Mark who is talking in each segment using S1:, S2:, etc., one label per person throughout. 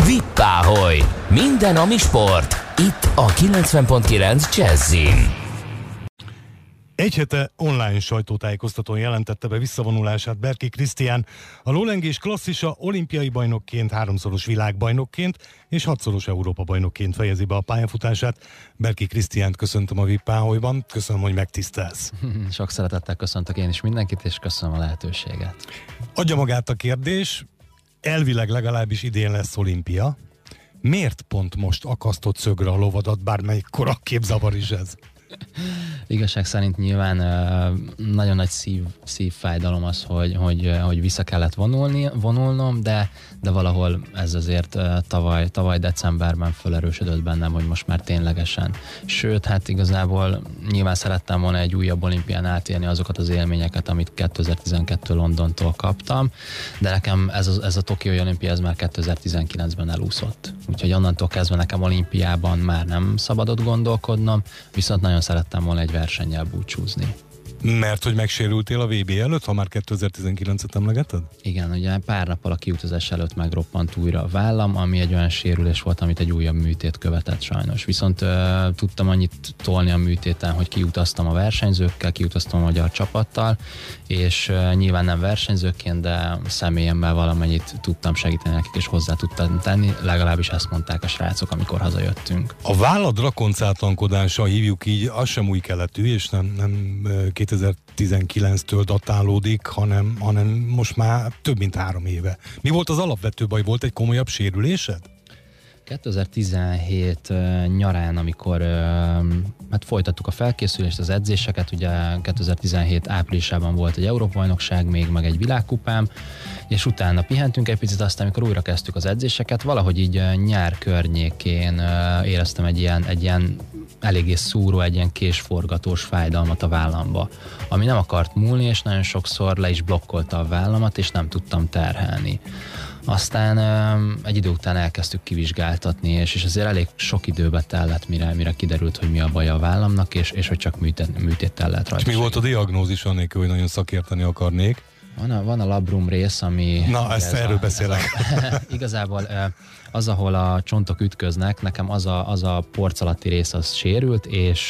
S1: Vippáholy! Minden, ami sport. Itt a 90.9 Jazzin.
S2: Egy hete online sajtótájékoztatón jelentette be visszavonulását Berki Krisztián, a lólengés klasszisa olimpiai bajnokként, 3-szoros világbajnokként és 6-szoros Európa-bajnokként fejezi be a pályafutását. Berki Krisztiánt köszöntöm a Vippáholyban, köszönöm, hogy megtisztelsz.
S3: Sok szeretettel köszöntök én is mindenkit, és köszönöm a lehetőséget.
S2: Adja magát a kérdés, elvileg legalábbis idén lesz olimpia. Miért pont most akasztott szögre a lovadat, bármelyikkor a képzavar is ez?
S3: Igazság szerint nyilván nagyon nagy szívfájdalom az, hogy vissza kellett vonulnom, de valahol ez azért tavaly decemberben felerősödött bennem, hogy most már ténylegesen. Sőt, hát igazából nyilván szerettem volna egy újabb olimpián átélni azokat az élményeket, amit 2012 Londontól kaptam, de nekem ez a Tokiói olimpia ez már 2019-ben elúszott. Úgyhogy onnantól kezdve nekem olimpiában már nem szabadott gondolkodnom, viszont nagyon szerettem volna egy versennyel búcsúzni.
S2: Mert hogy megsérültél a VB előtt, ha már 2019-et emlegeted?
S3: Igen, ugye pár nappal a kiutazás előtt megroppant újra a vállam, ami egy olyan sérülés volt, amit egy újabb műtét követett sajnos. Viszont tudtam annyit tolni a műtéten, hogy kiutaztam a versenyzőkkel, kiutaztam a magyar csapattal, és nyilván nem versenyzőként, de személyemmel valamennyit tudtam segíteni nekik, és hozzá tudtam tenni, legalábbis ezt mondták a srácok, amikor hazajöttünk.
S2: A vállad rakoncátlankodása, hívjuk így, az sem új keletű, és nem 2019-től datálódik, hanem most már több mint 3 éve. Mi volt az alapvető baj? Volt egy komolyabb sérülésed?
S3: 2017 nyarán, amikor hát folytattuk a felkészülést, az edzéseket, ugye 2017 áprilisában volt egy Európa-bajnokság, még meg egy világkupám, és utána pihentünk egy picit, aztán amikor újra kezdtük az edzéseket, valahogy így nyár környékén éreztem egy ilyen eléggé szúró, egy ilyen késforgatós fájdalmat a vállamba, ami nem akart múlni, és nagyon sokszor le is blokkolta a vállamat, és nem tudtam terhelni. Aztán egy idő után elkezdtük kivizsgáltatni, és azért elég sok időbe tellett, mire kiderült, hogy mi a baj a vállamnak, és hogy csak műtéttel lehet rajta.
S2: És mi volt a diagnózis annélkül, hogy nagyon szakérteni akarnék?
S3: Van a labrum rész, ami...
S2: Na, erről beszélek.
S3: Igazából az, ahol a csontok ütköznek, nekem az a porc alatti rész az sérült,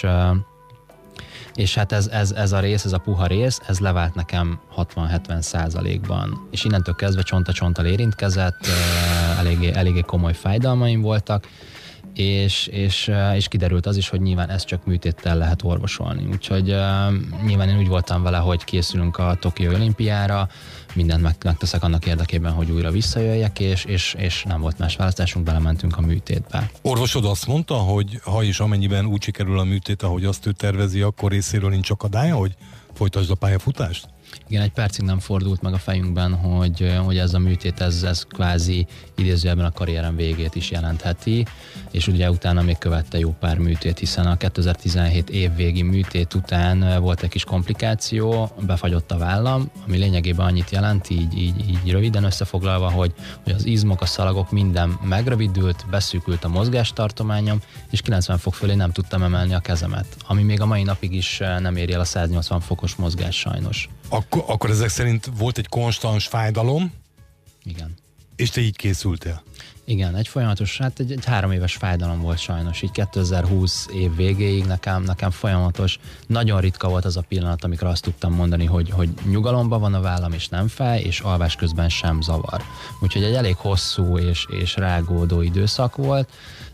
S3: és hát ez a rész, ez a puha rész, ez levált nekem 60-70%-ban. És innentől kezdve csont-csonttal érintkezett, eléggé komoly fájdalmaim voltak, és kiderült az is, hogy nyilván ezt csak műtéttel lehet orvosolni. Úgyhogy nyilván én úgy voltam vele, hogy készülünk a Tokiói olimpiára, mindent megteszek annak érdekében, hogy újra visszajöjjek, és nem volt más választásunk, belementünk a műtétbe.
S2: Orvosod azt mondta, hogy ha és amennyiben úgy sikerül a műtét, ahogy azt ő tervezi, akkor részéről nincs akadálya, hogy folytasd a pályafutást?
S3: Igen, egy percig nem fordult meg a fejünkben, hogy ez a műtét, ez kvázi idézőjelben a karrierem végét is jelentheti, és ugye utána még követte jó pár műtét, hiszen a 2017 évvégi műtét után volt egy kis komplikáció, befagyott a vállam, ami lényegében annyit jelent, így röviden összefoglalva, hogy az izmok, a szalagok minden megrövidült, beszűkült a mozgástartományom, és 90 fok fölé nem tudtam emelni a kezemet, ami még a mai napig is nem éri el a 180 fokos mozgás sajnos.
S2: Akkor ezek szerint volt egy konstans fájdalom?
S3: Igen.
S2: És te így készültél?
S3: Igen, egy folyamatos, hát egy 3 éves fájdalom volt sajnos, így 2020 év végéig nekem folyamatos, nagyon ritka volt az a pillanat, amikor azt tudtam mondani, hogy nyugalomban van a vállam és nem fáj, és alvás közben sem zavar. Úgyhogy egy elég hosszú és rágódó időszak volt,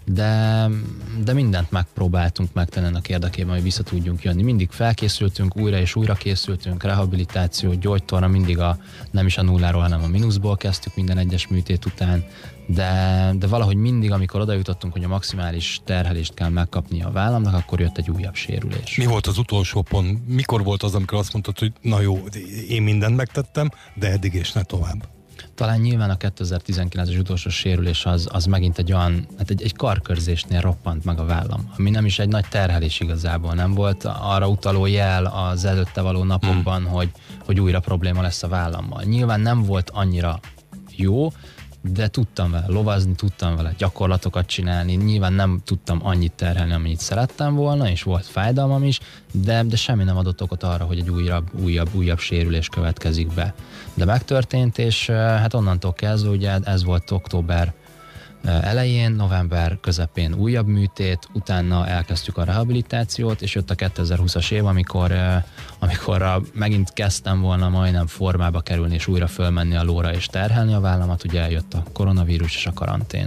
S3: de mindent megpróbáltunk megtenni ennek érdekében, hogy vissza tudjunk jönni. Mindig felkészültünk, újra és újra készültünk, rehabilitáció, gyógytorna, mindig nem is a nulláról, hanem a mínuszból kezdtük minden egyes műtét után, de valahogy mindig, amikor oda jutottunk, hogy a maximális terhelést kell megkapni a vállamnak, akkor jött egy újabb sérülés. Mi volt
S2: az utolsó pont? Mikor volt az, amikor azt mondtad, hogy na jó, én mindent megtettem, de eddig és ne tovább?
S3: Talán nyilván a 2019-es utolsó sérülés az megint egy olyan, hát egy karkörzésnél roppant meg a vállam, ami nem is egy nagy terhelés igazából, nem volt arra utaló jel az előtte való napokban, hogy újra probléma lesz a vállammal. Nyilván nem volt annyira jó, de tudtam vele lovazni, tudtam vele gyakorlatokat csinálni, nyilván nem tudtam annyit terhelni, amennyit szerettem volna, és volt fájdalmam is, de semmi nem adott okot arra, hogy egy újabb sérülés következik be. De megtörtént, és hát onnantól kezdve, ugye ez volt október elején, november közepén újabb műtét, utána elkezdtük a rehabilitációt, és jött a 2020-as év, amikor megint kezdtem volna majdnem formába kerülni, és újra fölmenni a lóra és terhelni a vállamat, ugye eljött a koronavírus és a karantén.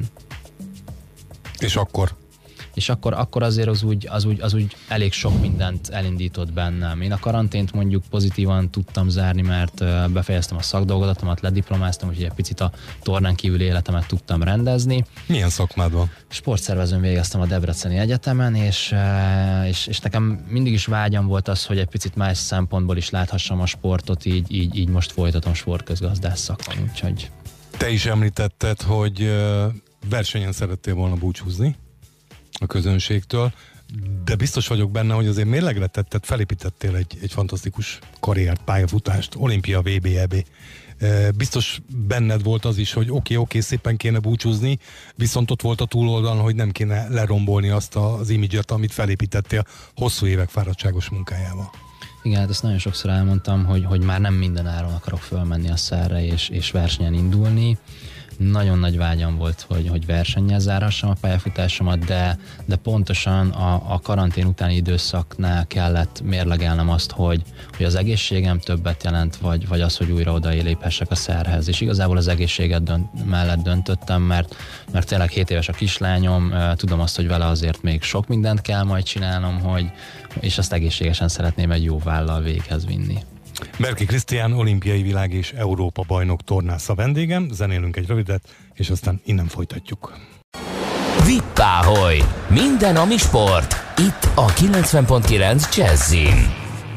S2: És
S3: akkor azért az úgy elég sok mindent elindított bennem. Én a karantént mondjuk pozitívan tudtam zárni, mert befejeztem a szakdolgozatomat, lediplomáztam, úgyhogy egy picit a tornán kívüli életemet tudtam rendezni.
S2: Milyen szakmád van?
S3: Sportszervezőn végeztem a Debreceni Egyetemen, és nekem mindig is vágyam volt az, hogy egy picit más szempontból is láthassam a sportot, így most folytatom sportközgazdász szakon, úgyhogy...
S2: Te is említetted, hogy versenyen szerettél volna búcsúzni a közönségtől, de biztos vagyok benne, hogy azért mérlegre tetted, felépítettél egy fantasztikus karriert, pályafutást, olimpia, VB, EB. Biztos benned volt az is, hogy oké, szépen kéne búcsúzni, viszont ott volt a túloldalon, hogy nem kéne lerombolni azt az imidzset, amit felépítettél hosszú évek fáradtságos munkájával.
S3: Igen, hát ezt nagyon sokszor elmondtam, hogy már nem minden áron akarok fölmenni a szerre és versenyen indulni. Nagyon nagy vágyam volt, hogy versennyel zárhassam a pályafutásomat, de pontosan a karantén utáni időszaknál kellett mérlegelnem azt, hogy az egészségem többet jelent, vagy az, hogy újra odaléphessek a szerhez. És igazából az egészséget mellett döntöttem, mert tényleg 7 éves a kislányom, tudom azt, hogy vele azért még sok mindent kell majd csinálnom, és azt egészségesen szeretném egy jó vállal véghez vinni.
S2: Berki Krisztián, olimpiai világ és Európa bajnok tornász a vendégem, zenélünk egy rövidet, és aztán innen folytatjuk.
S1: Vippáholy! Minden, ami sport! Itt a 90.9 Jazzin.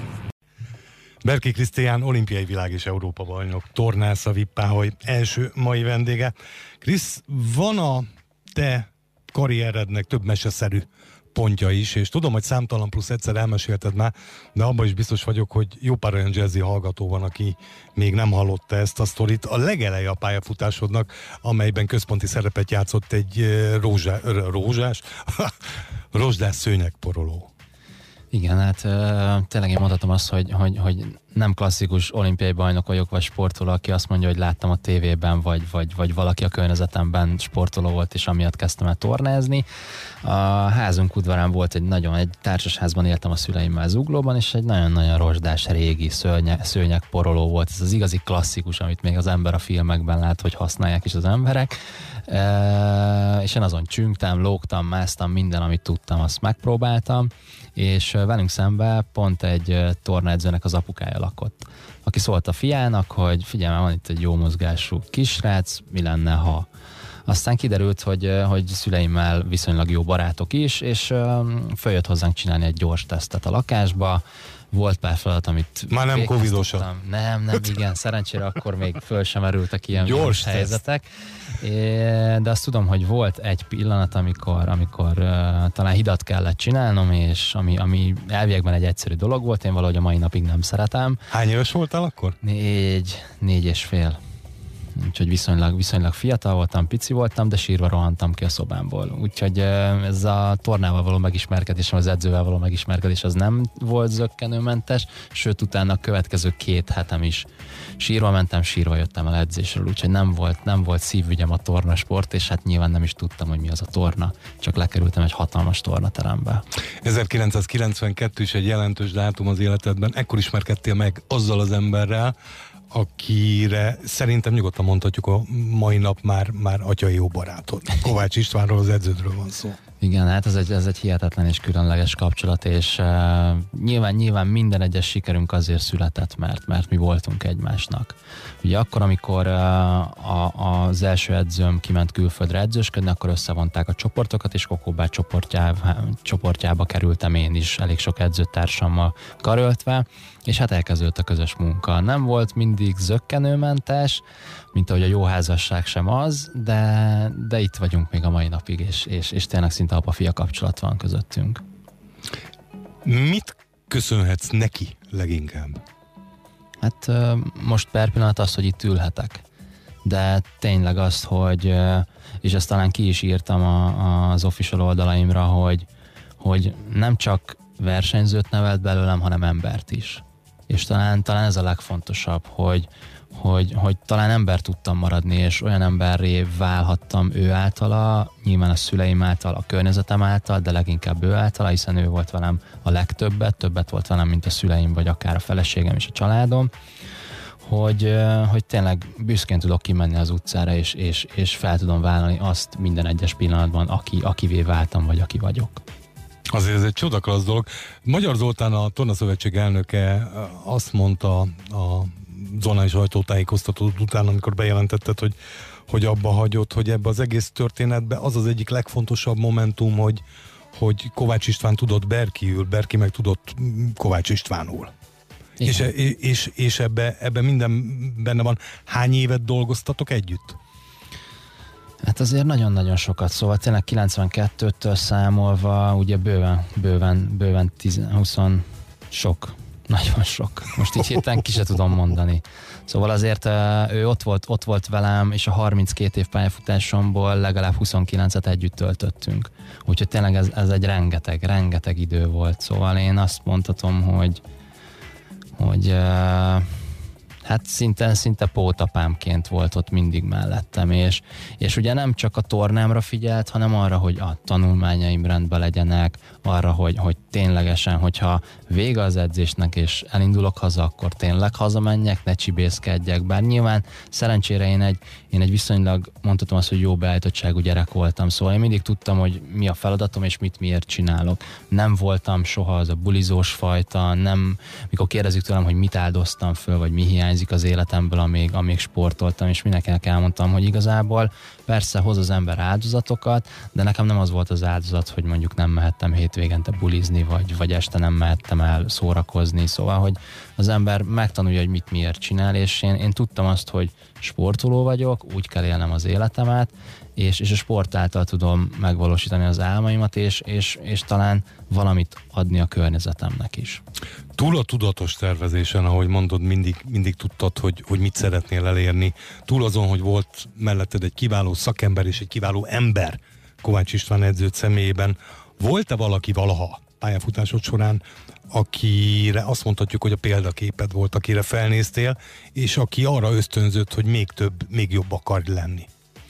S2: Berki Krisztián, olimpiai világ és Európa bajnok tornász a Vippáholy első mai vendége. Krisz, van a te karrierednek több meseszerű pontja is, és tudom, hogy számtalan plusz egyszer elmesélted már, de abban is biztos vagyok, hogy jó pár olyan jazzy hallgató van, aki még nem hallotta ezt a sztorit. A legeleje a pályafutásodnak, amelyben központi szerepet játszott egy rozsdás szőnyegporoló.
S3: Igen, hát tényleg én mondhatom azt, hogy nem klasszikus olimpiai bajnok vagyok, vagy sportoló, aki azt mondja, hogy láttam a tévében, vagy valaki a környezetemben sportoló volt, és amiatt kezdtem el tornázni. A házunk udvarán volt egy társasházban éltem a szüleimmel Zuglóban, és egy nagyon-nagyon rozsdás régi szőnyegporoló volt. Ez az igazi klasszikus, amit még az ember a filmekben lát, hogy használják is az emberek. És én azon csüngtem, lógtam, másztam, minden, amit tudtam, azt megpróbáltam, és velünk szemben pont egy tornaedzőnek az apukája lakott, aki szólt a fiának, hogy figyelj, van itt egy jó mozgású kisrác, mi lenne, ha... Aztán kiderült, hogy szüleimmel viszonylag jó barátok is, és följött hozzánk csinálni egy gyors tesztet a lakásba. Volt pár feladat, amit...
S2: Már nem covidosan.
S3: Nem, igen, szerencsére akkor még föl sem erültek ilyen
S2: gyors
S3: helyzetek. De azt tudom, hogy volt egy pillanat, amikor talán hidat kellett csinálnom, és ami elviekben egy egyszerű dolog volt, én valahogy a mai napig nem szeretem.
S2: Hány éves voltál akkor?
S3: 4,5. Úgyhogy viszonylag fiatal voltam, pici voltam, de sírva rohantam ki a szobámból. Úgyhogy ez a tornával való megismerkedésem, az edzővel való megismerkedés az nem volt zökkenőmentes, sőt utána a következő 2 hetem is sírva mentem, sírva jöttem el edzésről, úgyhogy nem volt szívügyem a tornasport, és hát nyilván nem is tudtam, hogy mi az a torna, csak lekerültem egy hatalmas tornaterembe.
S2: 1992 is egy jelentős dátum az életedben, ekkor ismerkedtél meg azzal az emberrel, akire szerintem nyugodtan mondhatjuk a mai nap már atyai jó barátod. Kovács Istvánról, az edződről van szó.
S3: Igen, hát ez egy hihetetlen és különleges kapcsolat, és nyilván minden egyes sikerünk azért született, mert mi voltunk egymásnak. Ugye akkor, amikor az első edzőm kiment külföldre edzősködni, akkor összevonták a csoportokat, és Kokóbár csoportjába kerültem én is, elég sok edzőtársammal karöltve, és hát elkezdődött a közös munka. Nem volt mindig zökkenőmentes, mint ahogy a jó házasság sem az, de itt vagyunk még a mai napig, és tényleg szinte apa-fia kapcsolat van közöttünk.
S2: Mit köszönhetsz neki leginkább?
S3: Hát most per pillanat azt, hogy itt ülhetek. De tényleg azt, hogy, és ezt talán ki is írtam az official oldalaimra, hogy nem csak versenyzőt nevelt belőlem, hanem embert is. És talán ez a legfontosabb, hogy talán ember tudtam maradni, és olyan emberré válhattam ő általa, nyilván a szüleim által, a környezetem által, de leginkább ő általa, hiszen ő volt velem a legtöbbet, többet volt velem, mint a szüleim, vagy akár a feleségem és a családom, hogy tényleg büszkén tudok kimenni az utcára, és fel tudom vállalni azt minden egyes pillanatban, akivé váltam, vagy aki vagyok.
S2: Azért ez egy csodakalasz dolog. Magyar Zoltán, a Tornaszövetség elnöke azt mondta a online sajtótájékoztatót után, amikor bejelentetted, hogy abba hagyott, hogy ebbe az egész történetbe az az egyik legfontosabb momentum, hogy Kovács István tudott Berkiül, Berki meg tudott Kovács Istvánul. És ebbe minden benne van. Hány évet dolgoztatok együtt?
S3: Hát azért nagyon-nagyon sokat, szóval tényleg 92-től számolva, ugye bőven 20 sok, nagyon sok. Most így hirtelen ki se tudom mondani. Szóval azért ő ott volt velem, és a 32 év pályafutásomból legalább 29-et együtt töltöttünk. Úgyhogy tényleg ez egy rengeteg idő volt. Szóval én azt mondhatom, hogy hát szinte pótapámként volt ott mindig mellettem, és ugye nem csak a tornámra figyelt, hanem arra, hogy a tanulmányaim rendben legyenek, arra, hogy ténylegesen, hogyha vége az edzésnek, és elindulok haza, akkor tényleg hazamenjek, ne csibészkedjek, bár nyilván szerencsére én egy viszonylag, mondhatom azt, hogy jó beállítottságú gyerek voltam, szóval én mindig tudtam, hogy mi a feladatom, és miért csinálok. Nem voltam soha az a bulizós fajta, mikor kérdezik tőlem, hogy mit áldoztam föl, vagy mi hiányzik az életemből, amíg sportoltam, és mindenkinek elmondtam, hogy igazából persze hoz az ember áldozatokat, de nekem nem az volt az áldozat, hogy mondjuk nem mehettem hétvégente bulizni, vagy este nem mehettem el szórakozni, szóval, hogy az ember megtanulja, hogy miért csinál, és én tudtam azt, hogy sportoló vagyok, úgy kell élnem az életemet, és a sport által tudom megvalósítani az álmaimat, és talán valamit adni a környezetemnek is.
S2: Túl a tudatos tervezésen, ahogy mondod, mindig tudtad, hogy mit szeretnél elérni. Túl azon, hogy volt melletted egy kiváló szakember és egy kiváló ember Kovács István edződ személyében. Volt-e valaki valaha pályafutásod során, akire azt mondhatjuk, hogy a példaképed volt, akire felnéztél, és aki arra ösztönzött, hogy még több, még jobb akar lenni?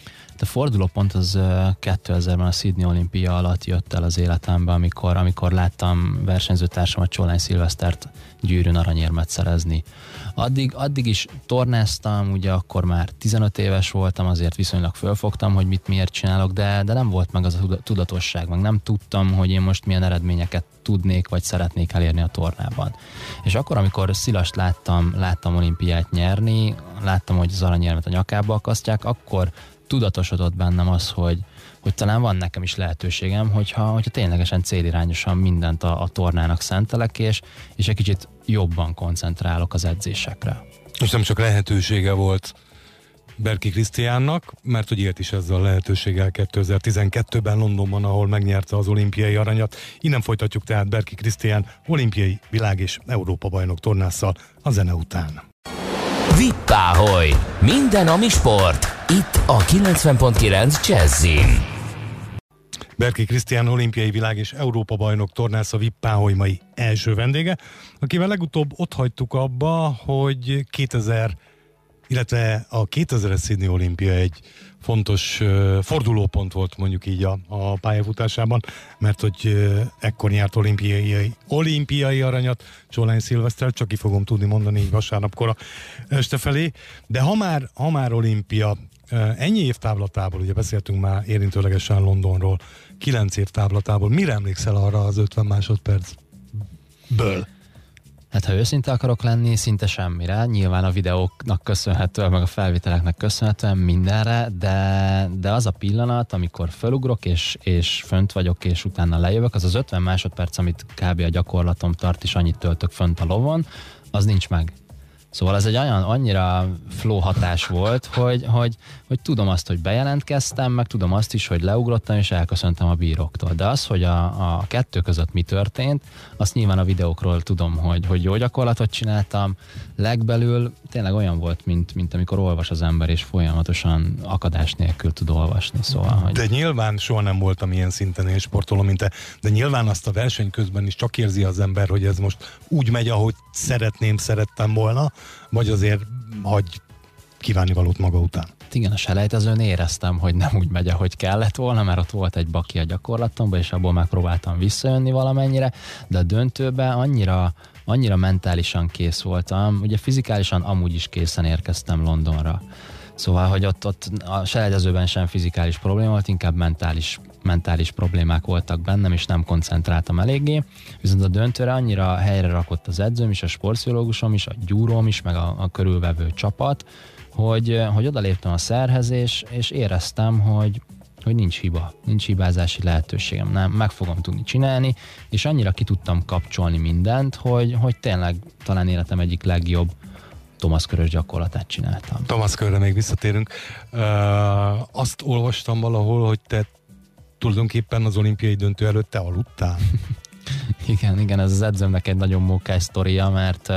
S3: A fordulópont az 2000-ben a Sydney olimpia alatt jött el az életembe, amikor láttam versenyzőtársamat, Csolány Szilvesztert gyűrűn aranyérmet szerezni. Addig is tornáztam, ugye akkor már 15 éves voltam, azért viszonylag fölfogtam, hogy miért csinálok, de nem volt meg az a tudatosság, meg nem tudtam, hogy én most milyen eredményeket tudnék, vagy szeretnék elérni a tornában. És akkor, amikor Szilast láttam olimpiát nyerni, láttam, hogy az aranyérmet a nyakába akasztják, akkor tudatosodott bennem az, hogy talán van nekem is lehetőségem, hogyha ténylegesen célirányosan mindent a tornának szentelek, és egy kicsit jobban koncentrálok az edzésekre.
S2: És nem csak lehetősége volt Berki Krisztiánnak, mert hogy élt is ezzel a lehetőséggel 2012-ben Londonban, ahol megnyerte az olimpiai aranyat. Innen folytatjuk tehát Berki Krisztián olimpiai, világ- és Európa-bajnok tornásszal a zene után.
S1: Vippáholy! Minden, ami sport! Itt a 90.9 Jazzin.
S2: Berki Krisztián olimpiai, világ- és Európa-bajnok tornász a Vippáholy mai első vendége, akivel legutóbb ott hagytuk abba, hogy 2000, illetve a 2000-es Sydney olimpia egy fontos fordulópont volt mondjuk így a pályafutásában, mert hogy ekkor nyert olimpiai aranyat Csolány Szilveszter, csak ki fogom tudni mondani így vasárnapkora este felé, de ha már olimpia, ennyi év távlatából, ugye beszéltünk már érintőlegesen Londonról, 9 év távlatából, mire emlékszel arra az 50 másodpercből?
S3: Hát ha őszinte akarok lenni, szinte semmire. Nyilván a videóknak köszönhetően, meg a felvételeknek köszönhetően mindenre, de az a pillanat, amikor felugrok, és fönt vagyok, és utána lejövök, az 50 másodperc, amit kb. A gyakorlatom tart, és annyit töltök fönt a lovon, az nincs meg. Szóval ez egy annyira flow hatás volt, hogy tudom azt, hogy bejelentkeztem, meg tudom azt is, hogy leugrottam, és elköszöntem a bíróktól. De az, hogy a kettő között mi történt, azt nyilván a videókról tudom, hogy jó gyakorlatot csináltam. Legbelül tényleg olyan volt, mint amikor olvas az ember, és folyamatosan akadás nélkül tud olvasni. Szóval, hogy...
S2: De nyilván soha nem voltam ilyen szinten én sportoló, mint te, de nyilván azt a verseny közben is csak érzi az ember, hogy ez most úgy megy, ahogy szerettem volna, vagy azért kívánni valót maga után.
S3: Igen, a selejtezőn éreztem, hogy nem úgy megy, ahogy kellett volna, mert ott volt egy baki a gyakorlatomban, és abból megpróbáltam visszajönni valamennyire, de a döntőben annyira mentálisan kész voltam, ugye fizikálisan amúgy is készen érkeztem Londonra. Szóval, hogy ott a selejtezőben sem fizikális probléma volt, inkább mentális problémák voltak bennem, és nem koncentráltam eléggé. Viszont a döntőre annyira helyre rakott az edzőm is, a sportpszichológusom is, a gyúróm is, meg a körülvevő csapat, hogy odaléptem a szerhez, és éreztem, hogy nincs hiba, nincs hibázási lehetőségem, nem, meg fogom tudni csinálni, és annyira ki tudtam kapcsolni mindent, hogy tényleg talán életem egyik legjobb Thomas körös gyakorlatát csináltam.
S2: Thomas körre még visszatérünk. Azt olvastam valahol, hogy te tulajdonképpen az olimpiai döntő előtt te aludtál.
S3: Igen, ez az edzőmnek egy nagyon mókás sztoria, mert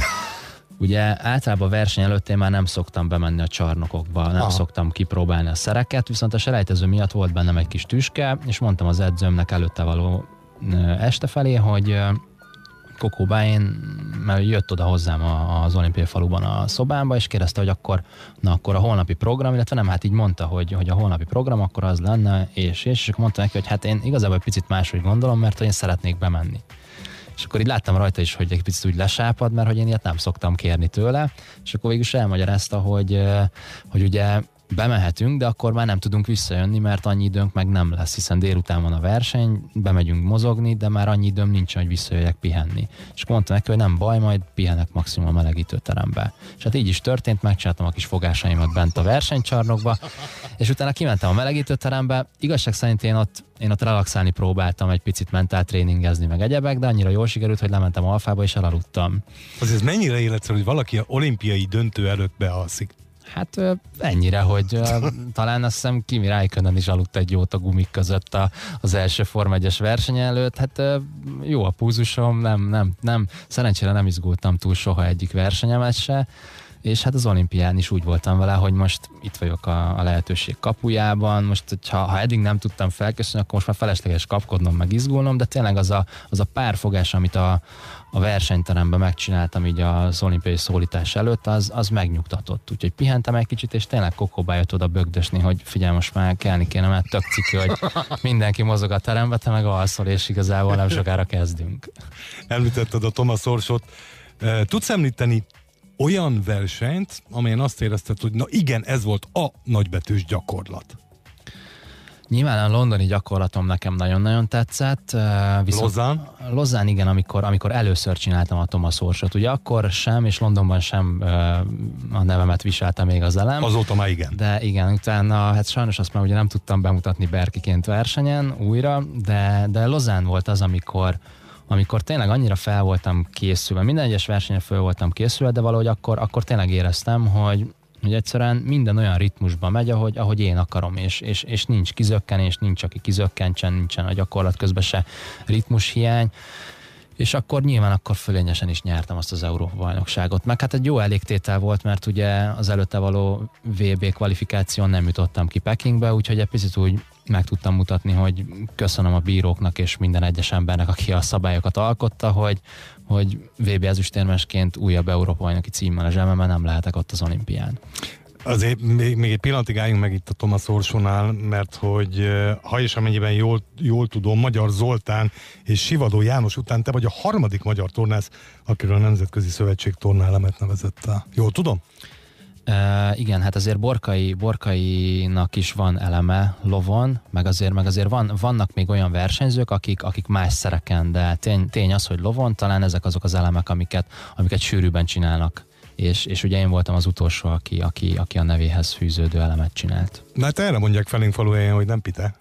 S3: ugye általában a verseny előtt én már nem szoktam bemenni a csarnokokba, nem szoktam kipróbálni a szereket, viszont a selejtező miatt volt bennem egy kis tüske, és mondtam az edzőmnek előtte való este felé, hogy Kokó Bájén, mert jött oda hozzám az olimpiai faluban a szobámba, és kérdezte, hogy akkor a holnapi program, illetve nem, hát így mondta, hogy a holnapi program akkor az lenne, és akkor mondta neki, hogy hát én igazából egy picit máshogy gondolom, mert hogy én szeretnék bemenni. És akkor így láttam rajta is, hogy egy picit úgy lesápad, mert hogy én ilyet nem szoktam kérni tőle, és akkor végül is elmagyarázta, hogy ugye bemehetünk, de akkor már nem tudunk visszajönni, mert annyi időnk meg nem lesz, hiszen délután van a verseny, bemegyünk mozogni, de már annyi időm nincs, hogy visszajöjjek pihenni. És akkor mondta neki, hogy nem baj, majd pihenek maximum a melegítőterembe. És hát így is történt, megcsináltam a kis fogásaimat bent a versenycsarnokba, és utána kimentem a melegítőterembe. Igazság szerint én ott relaxálni próbáltam, egy picit mentáltréningezni meg egyebek, de annyira jól sikerült, hogy lementem alfába és elaludtam.
S2: Azért mennyire életszerű, hogy valaki a olimpiai döntő előtt bealszik?
S3: Hát ennyire, hogy talán azt hiszem Kimi Räikkönen is aludt egy jót a gumik között az első Forma 1-es verseny előtt. Hát jó a púzusom, nem, szerencsére nem izgultam túl soha egyik versenyemet se, és hát az olimpián is úgy voltam vele, hogy most itt vagyok a lehetőség kapujában, most ha eddig nem tudtam felkészülni, akkor most már felesleges kapkodnom, meg izgulnom, de tényleg az a pár fogás, amit a versenyteremben megcsináltam így az olimpiai szólítás előtt, az megnyugtatott. Úgyhogy pihentem egy kicsit, és tényleg Kokóba jött oda bögdösni, hogy figyelj, most már kelni kéne, mert tök ciki, hogy mindenki mozog a terembe, te meg alszol, és igazából nem sokára kezdünk.
S2: Említetted a Thomas Orsot. Tudsz említeni olyan versenyt, amelyen azt érezted, hogy na igen, ez volt a nagybetűs gyakorlat?
S3: Nyilván a londoni gyakorlatom nekem nagyon-nagyon tetszett. Lausanne, igen, amikor először csináltam a Thomas Orsot. Ugye akkor sem, és Londonban sem a nevemet viselte még az elem.
S2: Azóta már igen.
S3: De igen, utána, hát sajnos azt már ugye nem tudtam bemutatni Berkiként versenyen újra, de Lausanne volt az, amikor tényleg annyira fel voltam készülve, minden egyes versenyen föl voltam készülve, de valahogy akkor tényleg éreztem, hogy egyszerűen minden olyan ritmusban megy, ahogy én akarom, és nincs kizökkenés, nincs aki kizökkentsen, nincsen a gyakorlat közben se ritmushiány, és akkor nyilván fölényesen is nyertem azt az Európa-bajnokságot. Meg hát egy jó elégtétel volt, mert ugye az előtte való VB kvalifikáción nem jutottam ki Pekingbe, úgyhogy egy picit úgy meg tudtam mutatni, hogy köszönöm a bíróknak és minden egyes embernek, aki a szabályokat alkotta, hogy VB ezüstérmesként újabb Európa-bajnoki címmel a zsebemben nem lehetek ott az olimpián.
S2: Azért még egy pillanatig álljunk meg itt a Thomas Orsonál, mert hogy ha és amennyiben jól tudom, Magyar Zoltán és Sivadó János után te vagy a harmadik magyar tornász, akiről a Nemzetközi Szövetség tornálemet nevezett el. Jól tudom?
S3: Igen, hát azért Borkainak is van eleme lovon, meg azért vannak még olyan versenyzők, akik más szereken, de tény az, hogy lovon talán ezek azok az elemek, amiket sűrűben csinálnak. És ugye én voltam az utolsó, aki a nevéhez fűződő elemet csinált.
S2: Na hát erre mondják felénk faluhelyen, hogy nem pite.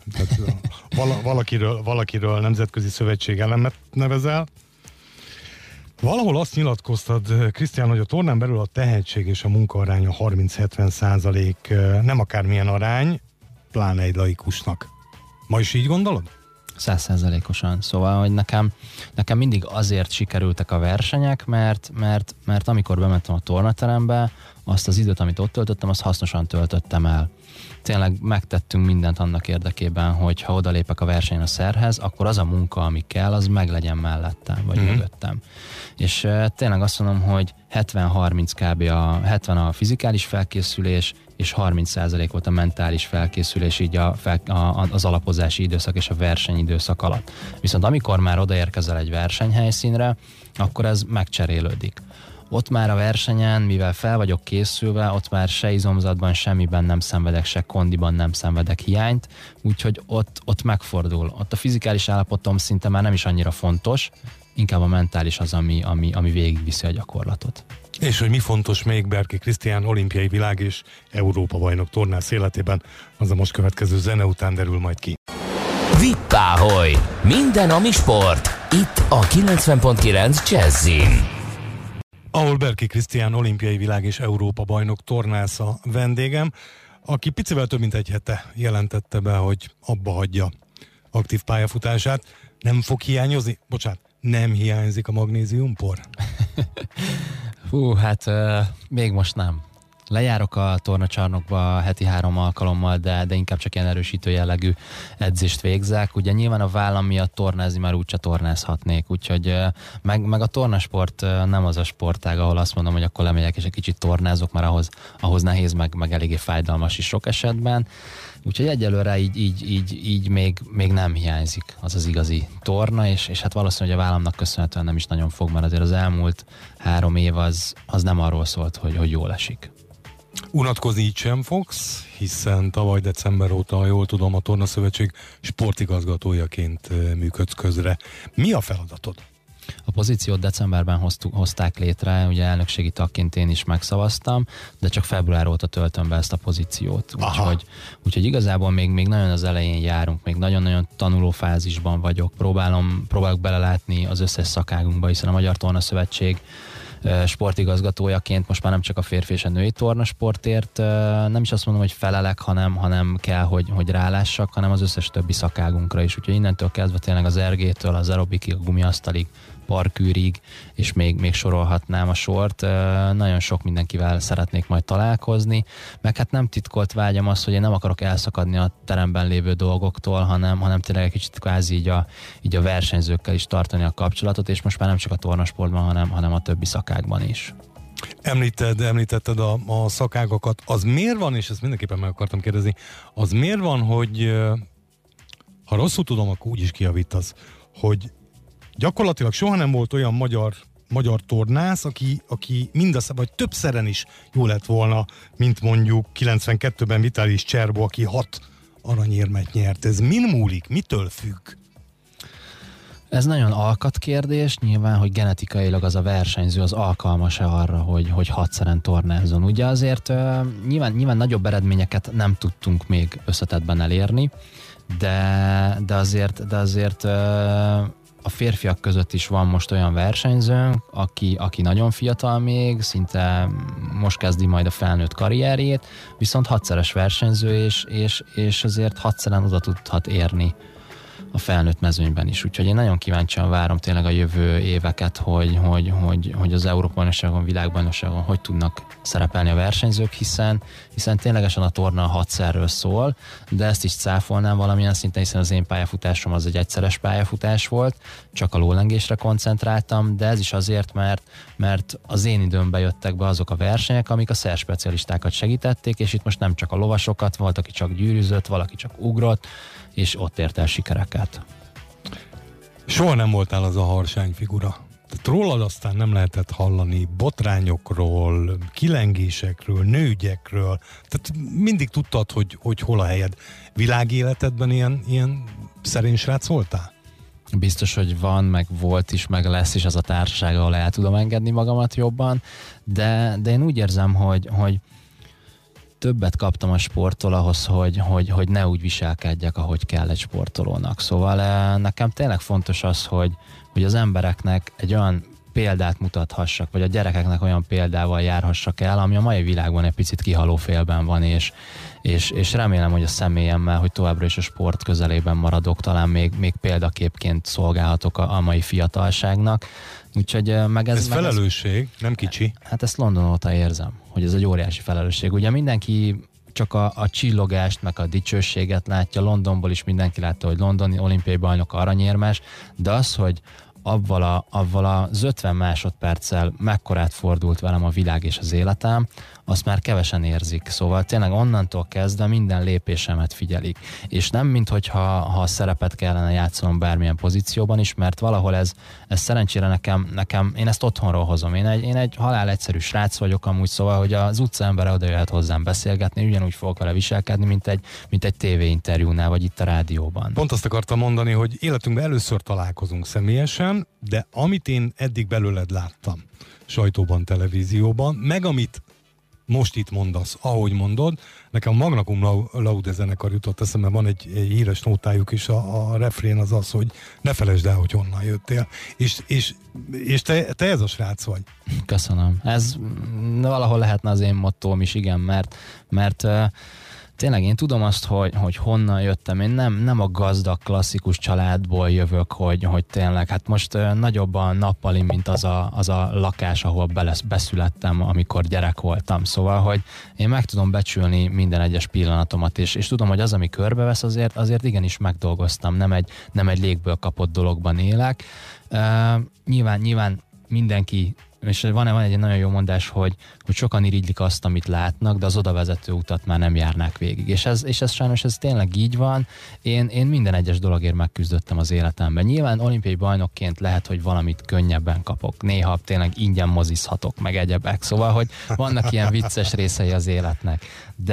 S2: Valakiről Nemzetközi Szövetség elemet nevezel. Valahol azt nyilatkoztad, Krisztián, hogy a tornán belül a tehetség és a munkaaránya 30-70%, nem akármilyen arány, pláne egy laikusnak. Ma is így gondolod?
S3: 100%-osan. Szóval, hogy nekem mindig azért sikerültek a versenyek, mert amikor bementem a tornaterembe, azt az időt, amit ott töltöttem, azt hasznosan töltöttem el. Tényleg megtettünk mindent annak érdekében, hogy ha odalépek a versenyen a szerhez, akkor az a munka, ami kell, az meglegyen mellettem, vagy mögöttem. És tényleg azt mondom, hogy 70-30 kb. 70 a fizikális felkészülés, és 30% volt a mentális felkészülés így az alapozási időszak és a versenyidőszak alatt. Viszont amikor már odaérkezel egy versenyhelyszínre, akkor ez megcserélődik. Ott már a versenyen, mivel fel vagyok készülve, ott már se izomzatban, semmiben nem szenvedek, se kondiban nem szenvedek hiányt, úgyhogy ott megfordul. Ott a fizikális állapotom szinte már nem is annyira fontos, inkább a mentális az, ami végigviszi a gyakorlatot.
S2: És hogy mi fontos még Berki Krisztián olimpiai világ és Európa bajnok tornász életében, az a most következő zene után derül majd ki.
S1: Vippáholy! Minden, ami sport! Itt a 90.9 Jazzin.
S2: Ahol Berki Krisztián olimpiai világ és Európa bajnok tornász a vendégem, aki picivel több mint egy hete jelentette be, hogy abba hagyja aktív pályafutását. Nem fog hiányozni? Bocsánat, nem hiányzik a magnéziumpor?
S3: Hú, hát még most nem. Lejárok a tornacsarnokba heti 3 alkalommal, de inkább csak ilyen erősítő jellegű edzést végzek. Ugye nyilván a vállam miatt tornázni már úgyse tornázhatnék, úgyhogy meg a tornasport nem az a sportág, ahol azt mondom, hogy akkor lemegyek és egy kicsit tornázok, mert ahhoz nehéz, meg eléggé fájdalmas is sok esetben. Úgyhogy egyelőre így még nem hiányzik az igazi torna, és hát valószínűleg a vállamnak köszönhetően nem is nagyon fog, mert azért az elmúlt 3 év az nem arról szólt, hogy jól esik.
S2: Unatkozni így sem fogsz, hiszen tavaly december óta, ha jól tudom, a Tornaszövetség sportigazgatójaként működsz közre. Mi a feladatod?
S3: A pozíciót decemberben hozták létre, ugye elnökségi tagként én is megszavaztam, de csak február óta töltöm be ezt a pozíciót. Úgyhogy igazából még nagyon az elején járunk, még nagyon-nagyon tanuló fázisban vagyok, próbálok belelátni az összes szakágunkba, hiszen a Magyar Tornaszövetség sportigazgatójaként most már nem csak a férfi és a női tornasportért, nem is azt mondom, hogy felelek, hanem kell, hogy rálássak, hanem az összes többi szakágunkra is. Úgyhogy innentől kezdve tényleg az ergétől, az aerobikig, a gumiasztalig, parkűrig, és még sorolhatnám a sort. Nagyon sok mindenkivel szeretnék majd találkozni, meg hát nem titkolt vágyam az, hogy én nem akarok elszakadni a teremben lévő dolgoktól, hanem tényleg egy kicsit kvázi így a versenyzőkkel is tartani a kapcsolatot, és most már nem csak a tornasportban, hanem a többi szakákban is.
S2: Említetted a szakágakat. Az miért van, és ezt mindenképpen meg akartam kérdezni, az miért van, hogy ha rosszul tudom, akkor úgy is kijavítasz, hogy gyakorlatilag soha nem volt olyan magyar tornász, aki mindaztán, vagy többszeren is jó lett volna, mint mondjuk 92-ben Vitalis Cserbo, aki 6 aranyérmet nyert. Ez min múlik? Mitől függ?
S3: Ez nagyon alkatkérdés, nyilván, hogy genetikailag az a versenyző az alkalmas-e arra, hogy 6-szeren tornázzon. Ugye azért nyilván nagyobb eredményeket nem tudtunk még összetettben elérni, de azért a férfiak között is van most olyan versenyzőnk, aki nagyon fiatal még, szinte most kezdi majd a felnőtt karrierjét, viszont 6-szeres versenyző, és azért 6-szeren oda tudhat érni a felnőtt mezőnyben is. Úgyhogy én nagyon kíváncsian várom tényleg a jövő éveket, hogy az Európa-bajnokságon, világbajnokságon hogy tudnak szerepelni a versenyzők, hiszen ténylegesen a torna 6-szerről szól, de ezt is cáfolnám valamilyen szinten, hiszen az én pályafutásom az egy egyszeres pályafutás volt, csak a lólengésre koncentráltam, de ez is azért, mert az én időmbe jöttek be azok a versenyek, amik a szerspecialistákat segítették, és itt most nem csak a lovasokat, volt, aki csak gyűrűzött, valaki csak ugrott, és ott ért el sikereket.
S2: Soha nem voltál az a harsány figura. Tehát rólad aztán nem lehetett hallani botrányokról, kilengésekről, nőgyekről. Tehát mindig tudtad, hogy hol a helyed. Világéletedben ilyen szerény srác voltál?
S3: Biztos, hogy van, meg volt is, meg lesz is az a társaság, ahol el tudom engedni magamat jobban, de én úgy érzem, hogy többet kaptam a sporttól ahhoz, hogy ne úgy viselkedjek, ahogy kell egy sportolónak. Szóval nekem tényleg fontos az, hogy az embereknek egy olyan példát mutathassak, vagy a gyerekeknek olyan példával járhassak el, ami a mai világban egy picit kihaló félben van, és remélem, hogy a személyemmel, hogy továbbra is a sport közelében maradok, talán még példaképként szolgálhatok a mai fiatalságnak. Úgyhogy
S2: ez felelősség, nem kicsi.
S3: Hát ezt London óta érzem, hogy ez egy óriási felelősség. Ugye mindenki csak a csillogást, meg a dicsőséget látja, Londonból is mindenki látta, hogy londoni olimpiai bajnok aranyérmes, de az, hogy avval az 50 másodperccel mekkorát fordult velem a világ és az életem, azt már kevesen érzik. Szóval tényleg onnantól kezdve minden lépésemet figyelik. És nem minthogyha szerepet kellene játszanom bármilyen pozícióban is, mert valahol ez szerencsére nekem én ezt otthonról hozom. Én egy halál egyszerű srác vagyok amúgy, szóval, hogy az utca embere oda jöhet hozzám beszélgetni, ugyanúgy fogok vele viselkedni, mint egy tévéinterjúnál, vagy itt a rádióban.
S2: Pont azt akartam mondani, hogy életünkben először találkozunk személyesen, de amit én eddig belőled láttam, sajtóban, televízióban, meg amit most itt mondasz, ahogy mondod, nekem a Magna Cum Laude zenekar jutott eszembe, van egy híres nótájuk is, a refrén az, hogy ne felejtsd el, hogy honnan jöttél, és te ez a srác vagy.
S3: Köszönöm. Ez valahol lehetne az én mottóm is, igen, mert tényleg én tudom azt, hogy honnan jöttem. Én nem a gazdag, klasszikus családból jövök, hogy tényleg, hát most nagyobb a nappali, mint az a lakás, ahol beszülettem, amikor gyerek voltam. Szóval, hogy én meg tudom becsülni minden egyes pillanatomat, és tudom, hogy az, ami körbevesz, azért igenis megdolgoztam. Nem egy légből kapott dologban élek. Nyilván mindenki, és van egy nagyon jó mondás, hogy sokan irigylik azt, amit látnak, de az odavezető utat már nem járnák végig. És ez sajnos ez tényleg így van. Én minden egyes dologért megküzdöttem az életemben. Nyilván olimpiai bajnokként lehet, hogy valamit könnyebben kapok. Néha tényleg ingyen mozizhatok, meg egyebek. Szóval, hogy vannak ilyen vicces részei az életnek.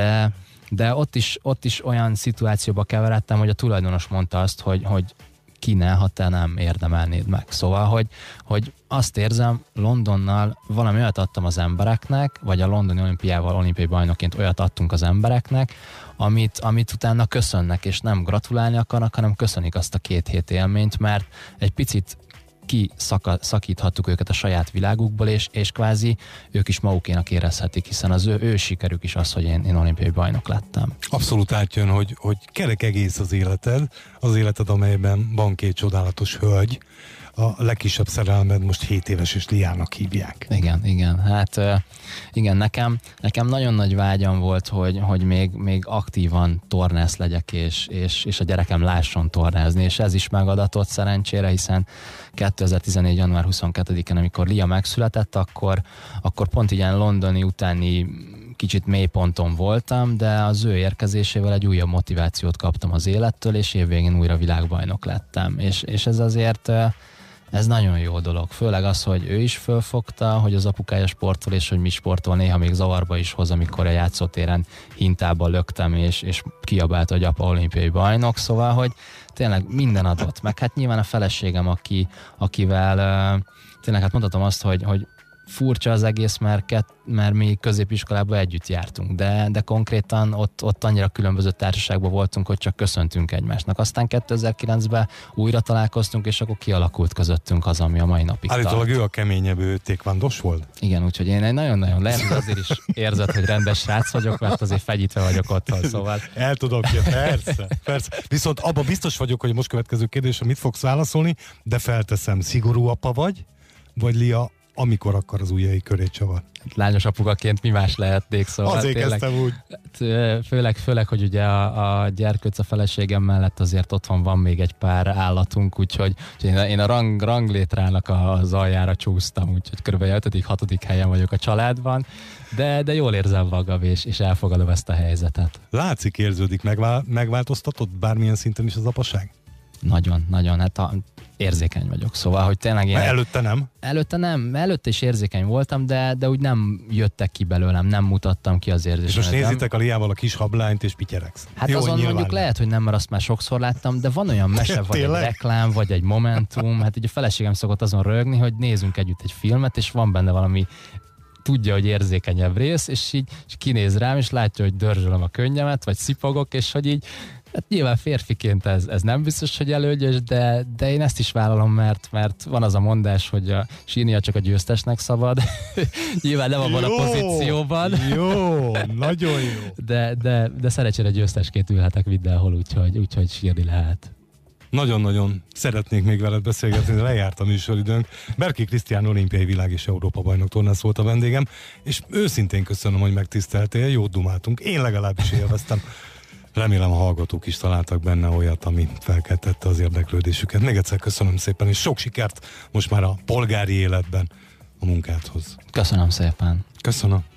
S3: De ott is olyan szituációba keveredtem, hogy a tulajdonos mondta azt, hogy ki ne, ha te nem érdemelnéd meg. Szóval, hogy azt érzem, Londonnal valami olyat adtam az embereknek, vagy a londoni olimpiával olimpiai bajnokként olyat adtunk az embereknek, amit utána köszönnek, és nem gratulálni akarnak, hanem köszönik azt a 2 hét élményt, mert egy picit szakíthattuk őket a saját világukból, és kvázi ők is magukénak érezhetik, hiszen az ő sikerük is az, hogy én olimpiai bajnok lettem.
S2: Abszolút átjön, hogy kerek egész az életed, amelyben van 2 csodálatos hölgy, a legkisebb szerelmed most 7 éves, és Liának hívják.
S3: Igen. Hát igen, nekem nagyon nagy vágyam volt, hogy még aktívan tornász legyek, és a gyerekem lásson tornázni, és ez is megadatott szerencsére, hiszen 2014. január 22-en, amikor Lia megszületett, akkor pont ilyen londoni utáni kicsit mélyponton voltam, de az ő érkezésével egy újabb motivációt kaptam az élettől, és évvégén újra világbajnok lettem. És ez azért ez nagyon jó dolog. Főleg az, hogy ő is fölfogta, hogy az apukája sportol, és hogy mi sportol, néha még zavarba is hoz, amikor a játszótéren hintába löktem, és kiabált, hogy apa olimpiai bajnok, szóval, hogy tényleg minden adott. Meg hát nyilván a feleségem, akivel tényleg hát mondhatom azt, hogy furcsa az egész, mert mi középiskolában együtt jártunk, de konkrétan ott annyira különböző társaságban voltunk, hogy csak köszöntünk egymásnak. Aztán 2009-ben újra találkoztunk, és akkor kialakult közöttünk az, ami a mai napig tart.
S2: Állítólag ő a keményebb, ő tékvandos volt?
S3: Igen, úgyhogy én egy nagyon-nagyon lehet, hogy azért is érzed, hogy rendes srác vagyok, mert azért fegyítve vagyok otthon, szóval.
S2: El tudok, persze. Viszont abban biztos vagyok, hogy most következő kérdésre mit fogsz válaszolni, de felteszem, szigorú apa vagy Lia amikor akar az ujjai köré csavar?
S3: Lányos apukaként mi más lehetnék, szóval
S2: azért
S3: tényleg,
S2: kezdtem úgy.
S3: Főleg, hogy ugye a gyerkőc a feleségem mellett azért otthon van még egy pár állatunk, úgyhogy én a ranglétrának az aljára csúsztam, úgyhogy kb. 5.-6. helyen vagyok a családban, de jól érzem magam, és elfogadom ezt a helyzetet.
S2: Látszik, érződik, megváltoztatott bármilyen szinten is az apaság?
S3: Nagyon, hát érzékeny vagyok, szóval, hogy tényleg én...
S2: Előtte nem?
S3: Előtte is érzékeny voltam, de úgy nem jöttek ki belőlem, nem mutattam ki az érzésemet.
S2: És most nézitek a Liával a kis hablányt, és pityeregsz.
S3: Hát jó, azon mondjuk lehet, hogy nem, mert azt már sokszor láttam, de van olyan mese, vagy egy reklám, vagy egy momentum, hát ugye a feleségem szokott azon röhögni, hogy nézzünk együtt egy filmet, és van benne valami, tudja, hogy érzékenyebb rész, és így kinéz rám, és látja, hogy dörzsölöm a könnyemet, vagy szipogok, és hogy így Hát nyilván férfiként ez nem biztos, hogy elődös, de én ezt is vállalom, mert van az a mondás, hogy a sírnia csak a győztesnek szabad. Nyilván nem abban a pozícióban.
S2: Jó, nagyon jó.
S3: De szerencsére győztesként ülhetek mindenhol, úgyhogy sírni lehet.
S2: Nagyon-nagyon szeretnék még veled beszélgetni, de lejárt a műsoridőnk. Berki Krisztián olimpiai világ és Európa bajnok tornász volt a vendégem, és őszintén köszönöm, hogy megtiszteltél, jót dumáltunk. Én legalábbis élveztem. Remélem a hallgatók is találtak benne olyat, ami felkeltette az érdeklődésüket. Még egyszer köszönöm szépen, és sok sikert most már a polgári életben a munkádhoz.
S3: Köszönöm szépen.
S2: Köszönöm.